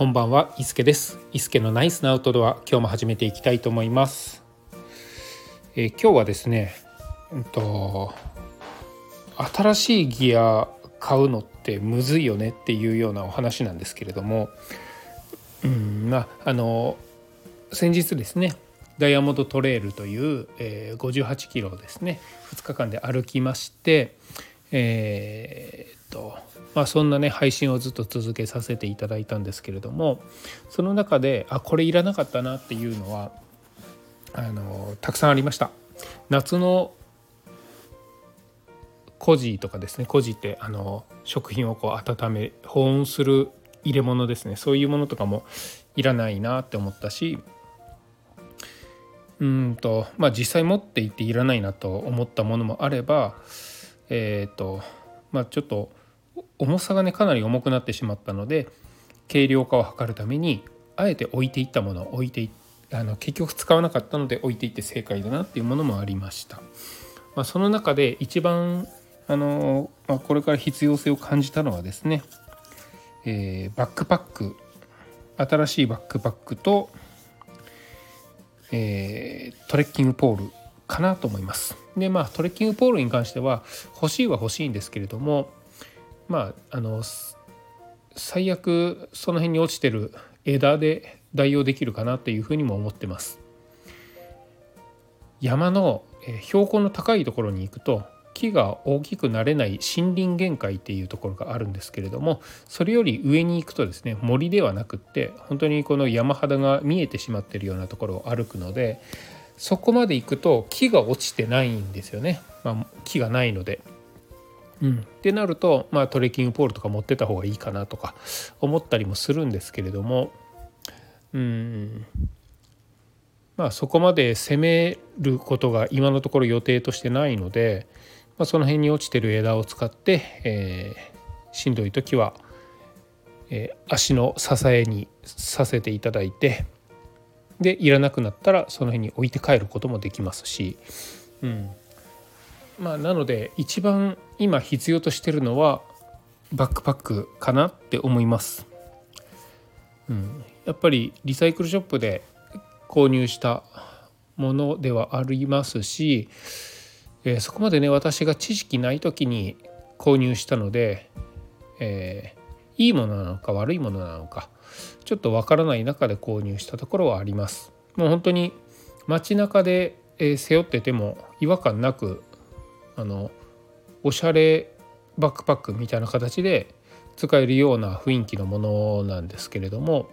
こんばんは、伊助です。伊助のナイスなアウトドア、今日も始めていきたいと思います。今日はですね、新しいギア買うのってむずいよねっていうようなお話なんですけれども、先日ですね、ダイヤモンドトレイルという、58キロをですね2日間で歩きまして、そんなね配信をずっと続けさせていただいたんですけれども、その中でこれいらなかったなっていうのはたくさんありました。夏のコジとかですね、コジって食品をこう温め保温する入れ物ですね、そういうものとかもいらないなって思ったし、実際持っていていらないなと思ったものもあれば、ちょっと重さがねかなり重くなってしまったので、軽量化を図るためにあえて置いていったものを結局使わなかったので置いていって正解だなっていうものもありました。その中で一番これから必要性を感じたのはですね、バックパック、新しいバックパックと、トレッキングポールかなと思います。でトレッキングポールに関しては欲しいんですけれども、最悪その辺に落ちてる枝で代用できるかなというふうにも思ってます。山の標高の高いところに行くと木が大きくなれない森林限界っていうところがあるんですけれども、それより上に行くとですね、森ではなくって本当にこの山肌が見えてしまっているようなところを歩くので、そこまで行くと木が落ちてないんですよね。木がないので、ってなると、トレッキングポールとか持ってた方がいいかなとか思ったりもするんですけれども、そこまで攻めることが今のところ予定としてないので、その辺に落ちてる枝を使って、しんどい時は、足の支えにさせていただいて、でいらなくなったらその辺に置いて帰ることもできますし、なので一番今必要としてるのはバックパックかなって思います。やっぱりリサイクルショップで購入したものではありますし、そこまでね私が知識ない時に購入したので、いいものなのか悪いものなのかちょっとわからない中で購入したところはあります。もう本当に街中で背負ってても違和感なくおしゃれバックパックみたいな形で使えるような雰囲気のものなんですけれども、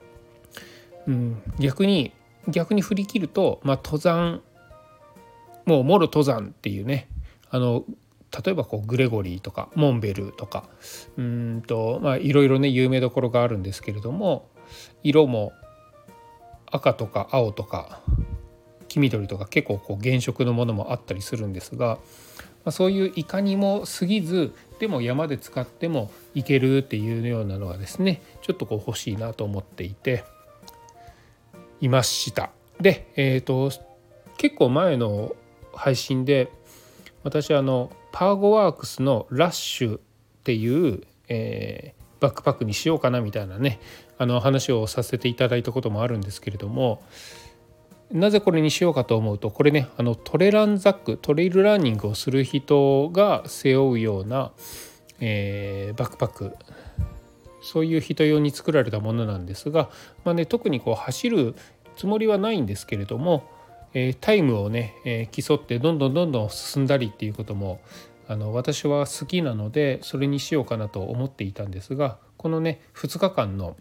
逆に振り切ると、登山、もうもろ登山っていうね、例えばグレゴリーとかモンベルとかいろいろね有名どころがあるんですけれども、色も赤とか青とか黄緑とか結構原色のものもあったりするんですが、そういういかにも過ぎずでも山で使ってもいけるっていうようなのがですね、ちょっと欲しいなと思っていました。で、結構前の配信で私パーゴワークスのラッシュっていう、バックパックにしようかなみたいなね話をさせていただいたこともあるんですけれども、なぜこれにしようかと思うと、これねトレランザック、トレイルランニングをする人が背負うような、バックパック、そういう人用に作られたものなんですが、特に走るつもりはないんですけれども、タイムをね、競ってどんどん進んだりっていうことも私は好きなので、それにしようかなと思っていたんですが、このね2日間の、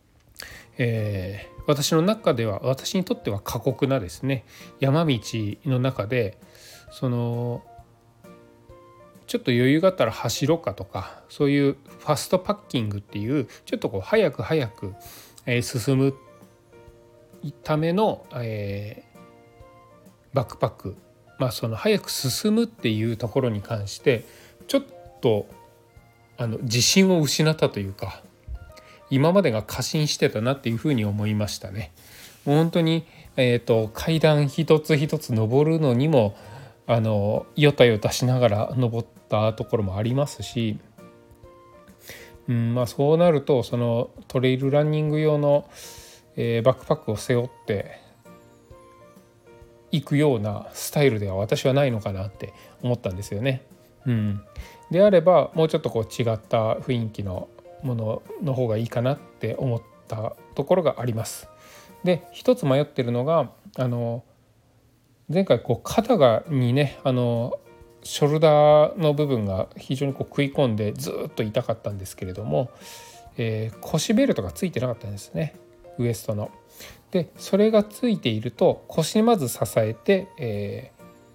私にとっては過酷なですね山道の中で、ちょっと余裕があったら走ろうかとか、そういうファストパッキングっていうちょっと早く進むための、バックパック、その早く進むっていうところに関してちょっと自信を失ったというか、今までが過信してたなっていうふうに思いましたね。もう本当に、階段一つ一つ登るのにもよたよたしながら登ったところもありますし、 そうなるとそのトレイルランニング用の、バックパックを背負っていくようなスタイルでは私はないのかなって思ったんですよね。であればもうちょっとこう違った雰囲気のものの方がいいかなって思ったところがあります。で一つ迷ってるのが前回こう肩にねショルダーの部分が非常にこう食い込んでずっと痛かったんですけれども、腰ベルトがついてなかったんですね、ウエストの。でそれがついていると腰にまず支えて、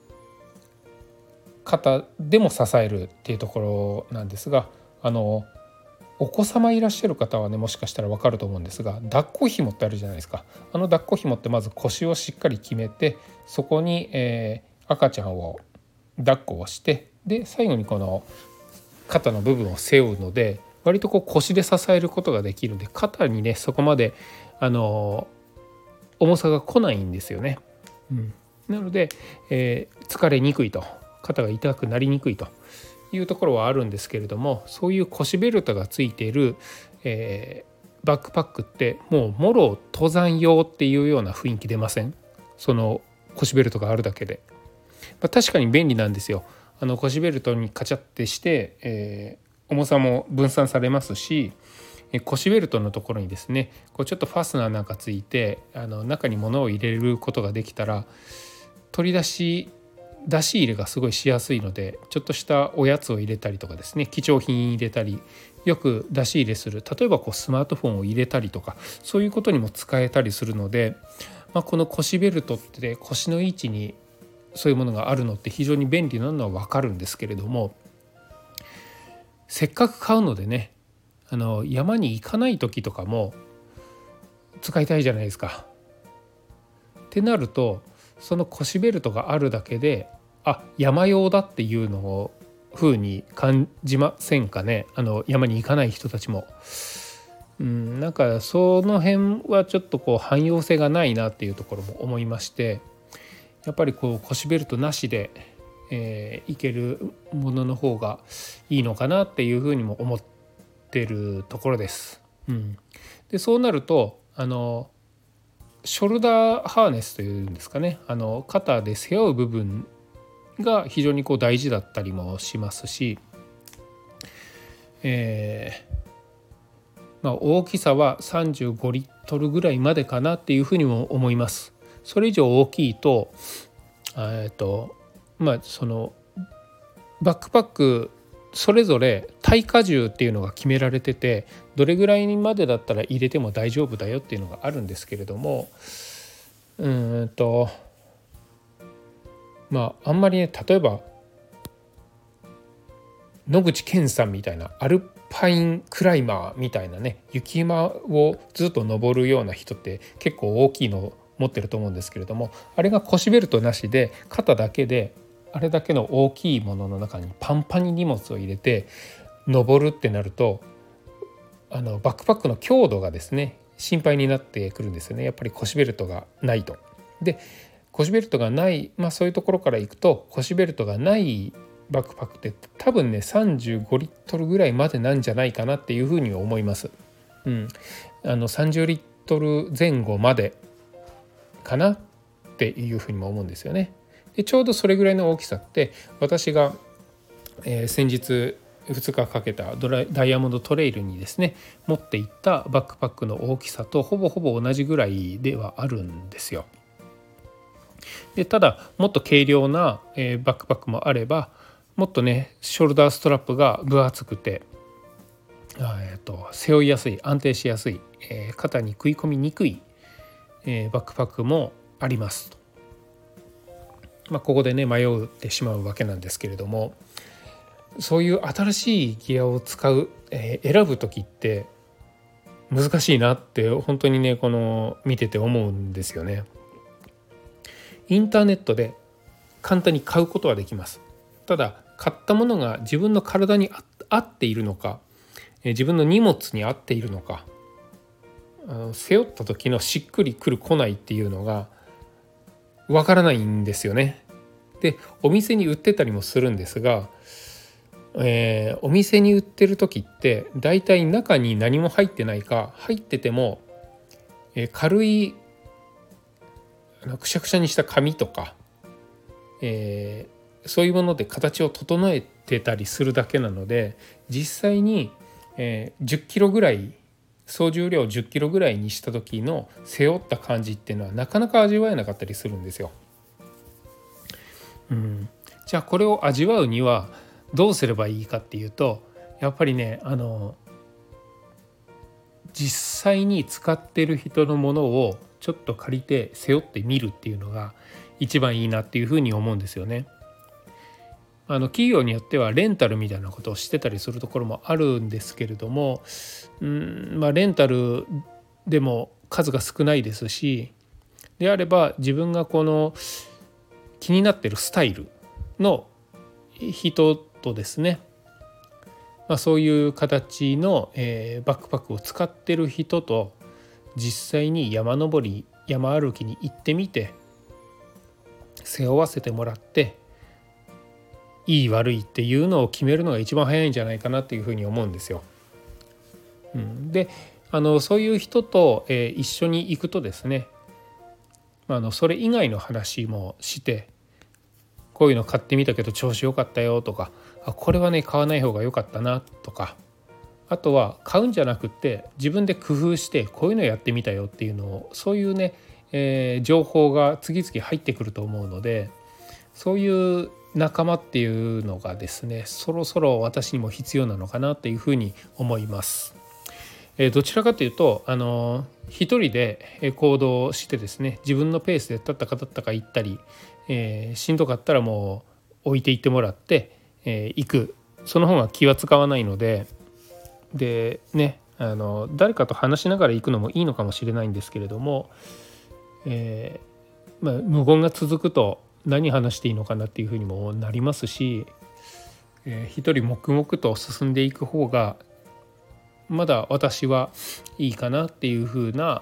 肩でも支えるっていうところなんですが、お子様いらっしゃる方はねもしかしたら分かると思うんですが、抱っこ紐ってあるじゃないですか。抱っこ紐ってまず腰をしっかり決めて、そこに、赤ちゃんを抱っこをして、で最後にこの肩の部分を背負うので、割とこう腰で支えることができるので、肩にねそこまで重さが来ないんですよね。なので、疲れにくいと、肩が痛くなりにくいというところはあるんですけれども、そういう腰ベルトがついている、バックパックってもうもろ登山用っていうような雰囲気出ません？その腰ベルトがあるだけで。確かに便利なんですよ。腰ベルトにカチャってして、重さも分散されますし、腰ベルトのところにですねこうちょっとファスナーなんかついて中に物を入れることができたら、取り出し入れがすごいしやすいので、ちょっとしたおやつを入れたりとかですね、貴重品入れたり、よく出し入れする、例えばこうスマートフォンを入れたりとか、そういうことにも使えたりするので、この腰ベルトって腰の位置にそういうものがあるのって非常に便利なのは分かるんですけれども、せっかく買うのでね山に行かない時とかも使いたいじゃないですか。ってなるとその腰ベルトがあるだけで山用だっていうのを風に感じませんかね。山に行かない人たちも。なんかその辺はちょっとこう汎用性がないなっていうところも思いまして、やっぱりこう腰ベルトなしで、いけるものの方がいいのかなっていうふうにも思ってるところです。でそうなるとショルダーハーネスというんですかね、肩で背負う部分が非常にこう大事だったりもしますし、大きさは35リットルぐらいまでかなっていうふうにも思います。それ以上大きいとそのバックパックそれぞれ耐荷重っていうのが決められてて、どれぐらいまでだったら入れても大丈夫だよっていうのがあるんですけれども、あんまりね、例えば野口健さんみたいなアルパインクライマーみたいなね、雪山をずっと登るような人って結構大きいの持ってると思うんですけれども、あれが腰ベルトなしで肩だけであれだけの大きいものの中にパンパンに荷物を入れて登るってなると、バックパックの強度がですね心配になってくるんですよね。やっぱり腰ベルトがないと。で腰ベルトがない、そういうところからいくと腰ベルトがないバックパックって多分ね35リットルぐらいまでなんじゃないかなっていうふうに思います。30リットル前後までかなっていうふうにも思うんですよね。でちょうどそれぐらいの大きさって私が、先日2日かけたダイヤモンドトレイルにですね持っていったバックパックの大きさとほぼ同じぐらいではあるんですよ。でただもっと軽量な、バックパックもあれば、もっとねショルダーストラップが分厚くて、背負いやすい、安定しやすい、肩に食い込みにくい、バックパックもありますと。ここでね迷ってしまうわけなんですけれども、そういう新しいギアを使う、選ぶ時って難しいなって本当にね見てて思うんですよね。インターネットで簡単に買うことはできます。ただ買ったものが自分の体に合っているのか、自分の荷物に合っているのか、背負った時のしっくりくる来ないっていうのがわからないんですよね。でお店に売ってたりもするんですが、 お店に売ってる時ってだいたい中に何も入ってないか、入ってても、軽いくしゃくしゃにした紙とか、そういうもので形を整えてたりするだけなので、実際に、10キロぐらい、総重量10キロぐらいにした時の背負った感じっていうのはなかなか味わえなかったりするんですよ。じゃあこれを味わうにはどうすればいいかっていうと、やっぱりね、実際に使ってる人のものをちょっと借りて背負ってみるっていうのが一番いいなっていうふうに思うんですよね。企業によってはレンタルみたいなことをしてたりするところもあるんですけれども、レンタルでも数が少ないですし、であれば自分がこの気になってるスタイルの人とですね、そういう形の、バックパックを使ってる人と実際に山登り山歩きに行ってみて背負わせてもらって、いい悪いっていうのを決めるのが一番早いんじゃないかなっていうふうに思うんですよ。でそういう人と、一緒に行くとですね、それ以外の話もして、こういうの買ってみたけど調子良かったよとか、これはね買わない方が良かったなとか、あとは買うんじゃなくって自分で工夫してこういうのやってみたよっていうのを、そういうね、情報が次々入ってくると思うので、そういう仲間っていうのがですね、そろそろ私にも必要なのかなっていうふうに思います。どちらかというと一人で行動してですね、自分のペースで立ったか立ったか行ったり、しんどかったらもう置いていってもらって、行く、その方が気は使わないので、でね、誰かと話しながら行くのもいいのかもしれないんですけれども、無言が続くと何話していいのかなっていうふうにもなりますし、一人黙々と進んでいく方がまだ私はいいかなっていうふうな、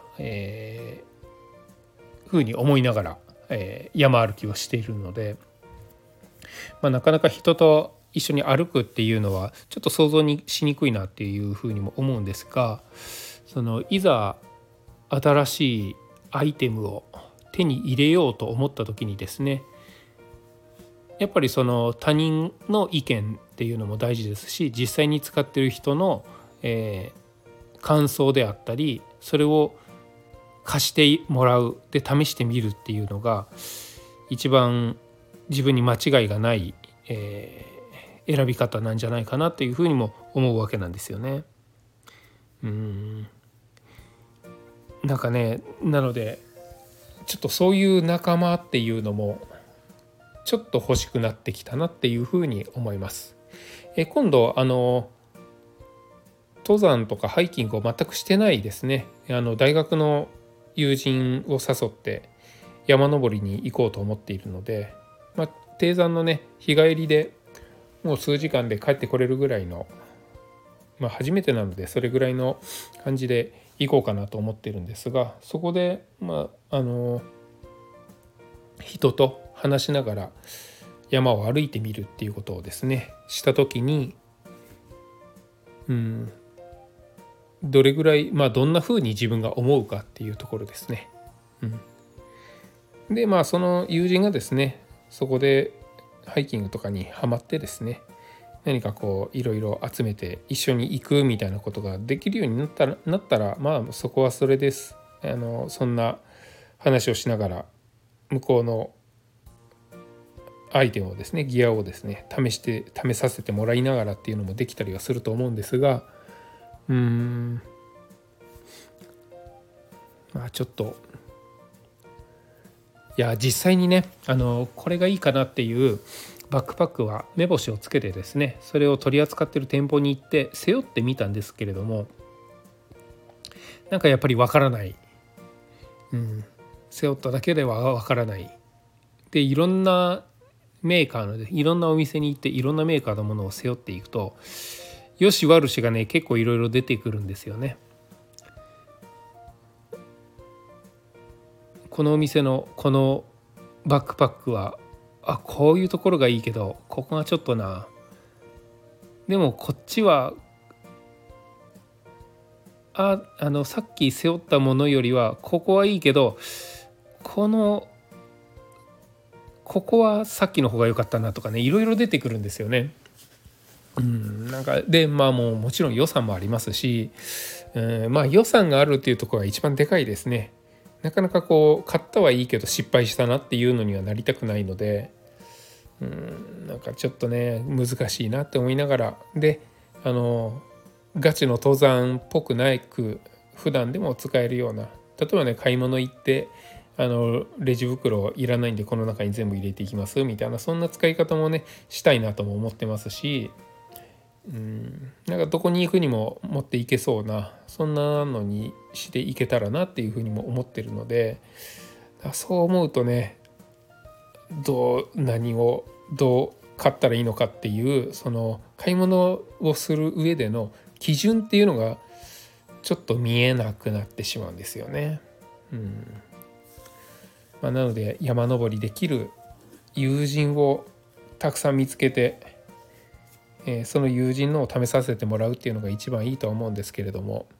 ふうに思いながら、山歩きをしているので、なかなか人と一緒に歩くっていうのはちょっと想像にしにくいなっていうふうにも思うんですが、いざ新しいアイテムを手に入れようと思った時にですね、やっぱりその他人の意見っていうのも大事ですし、実際に使ってる人の、感想であったり、それを貸してもらうで試してみるっていうのが一番自分に間違いがない、選び方なんじゃないかなっていうふうにも思うわけなんですよね。なんかね、なのでちょっとそういう仲間っていうのもちょっと欲しくなってきたなっていうふうに思います。今度登山とかハイキングを全くしてないですね、大学の友人を誘って山登りに行こうと思っているので、低山のね日帰りでもう数時間で帰ってこれるぐらいの、初めてなのでそれぐらいの感じで行こうかなと思ってるんですが、そこで人と話しながら山を歩いてみるっていうことをですねした時に、どれぐらいどんな風に自分が思うかっていうところですね。でその友人がですねそこでハイキングとかにハマってですね、何かこういろいろ集めて一緒に行くみたいなことができるようになったらそこはそれです。そんな話をしながら向こうのアイテムをですね、ギアをですね試させてもらいながらっていうのもできたりはすると思うんですが、ちょっと実際にねこれがいいかなっていうバックパックは目星をつけてですね、それを取り扱ってる店舗に行って背負ってみたんですけれども、なんかやっぱりわからない、背負っただけではわからない。でいろんなメーカーのいろんなお店に行っていろんなメーカーのものを背負っていくと、よし悪しがね結構いろいろ出てくるんですよね。このお店のこのバックパックはこういうところがいいけどここがちょっとなでもこっちはさっき背負ったものよりはここはいいけど、ここはさっきの方が良かったなとかね、いろいろ出てくるんですよね。なんかでもちろん予算もありますし、予算があるっていうところが一番でかいですね。なかなかこう買ったはいいけど失敗したなっていうのにはなりたくないので、なんかちょっとね難しいなって思いながら、でガチの登山っぽくないく普段でも使えるような、例えばね買い物行ってレジ袋いらないんでこの中に全部入れていきますみたいな、そんな使い方もねしたいなとも思ってますし、なんかどこに行くにも持っていけそうな、そんなのにしていけたらなっていうふうにも思ってるので、そう思うとね何をどう買ったらいいのかっていう、その買い物をする上での基準っていうのがちょっと見えなくなってしまうんですよね。なので山登りできる友人をたくさん見つけて、その友人のを試させてもらうっていうのが一番いいとは思うんですけれども、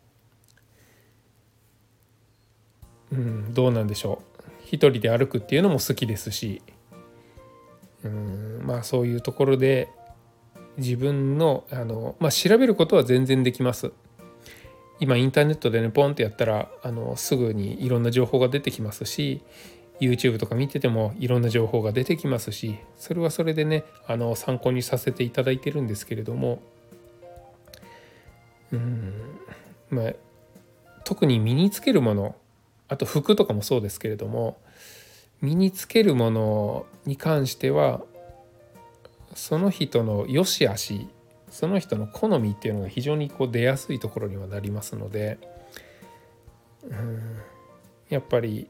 どうなんでしょう。一人で歩くっていうのも好きですし、そういうところで自分の調べることは全然できます。今インターネットでねポンってやったらすぐにいろんな情報が出てきますし、 YouTube とか見ててもいろんな情報が出てきますし、それはそれでね参考にさせていただいてるんですけれども、特に身につけるもの、あと服とかもそうですけれども、身につけるものに関してはその人の良し悪し、その人の好みっていうのが非常にこう出やすいところにはなりますので、やっぱり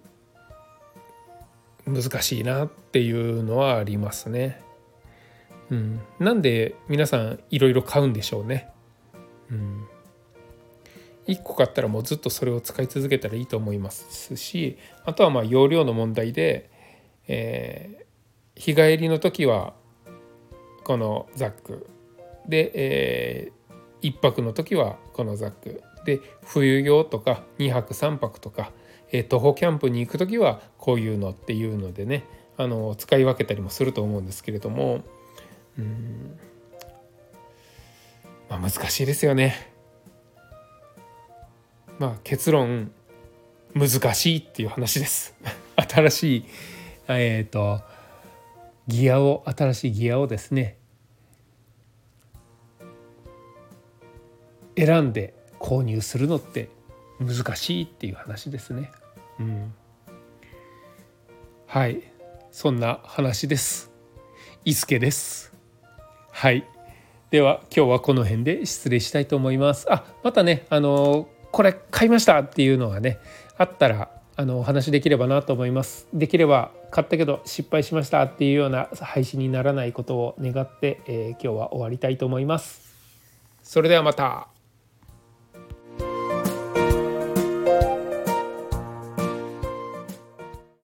難しいなっていうのはありますね。なんで皆さんいろいろ買うんでしょうね。1個買ったらもうずっとそれを使い続けたらいいと思いますし、あとは容量の問題で、日帰りの時はこのザックで、1泊の時はこのザックで、冬用とか2泊3泊とか、徒歩キャンプに行く時はこういうのっていうのでね使い分けたりもすると思うんですけれども、難しいですよね。結論難しいっていう話です新しい新しいギアをですね選んで購入するのって難しいっていう話ですね。はい、そんな話です。伊助です。はい、では今日はこの辺で失礼したいと思います。またねこれ買いましたっていうのがねあったらお話できればなと思います。できれば買ったけど失敗しましたっていうような配信にならないことを願って、今日は終わりたいと思います。それではまた。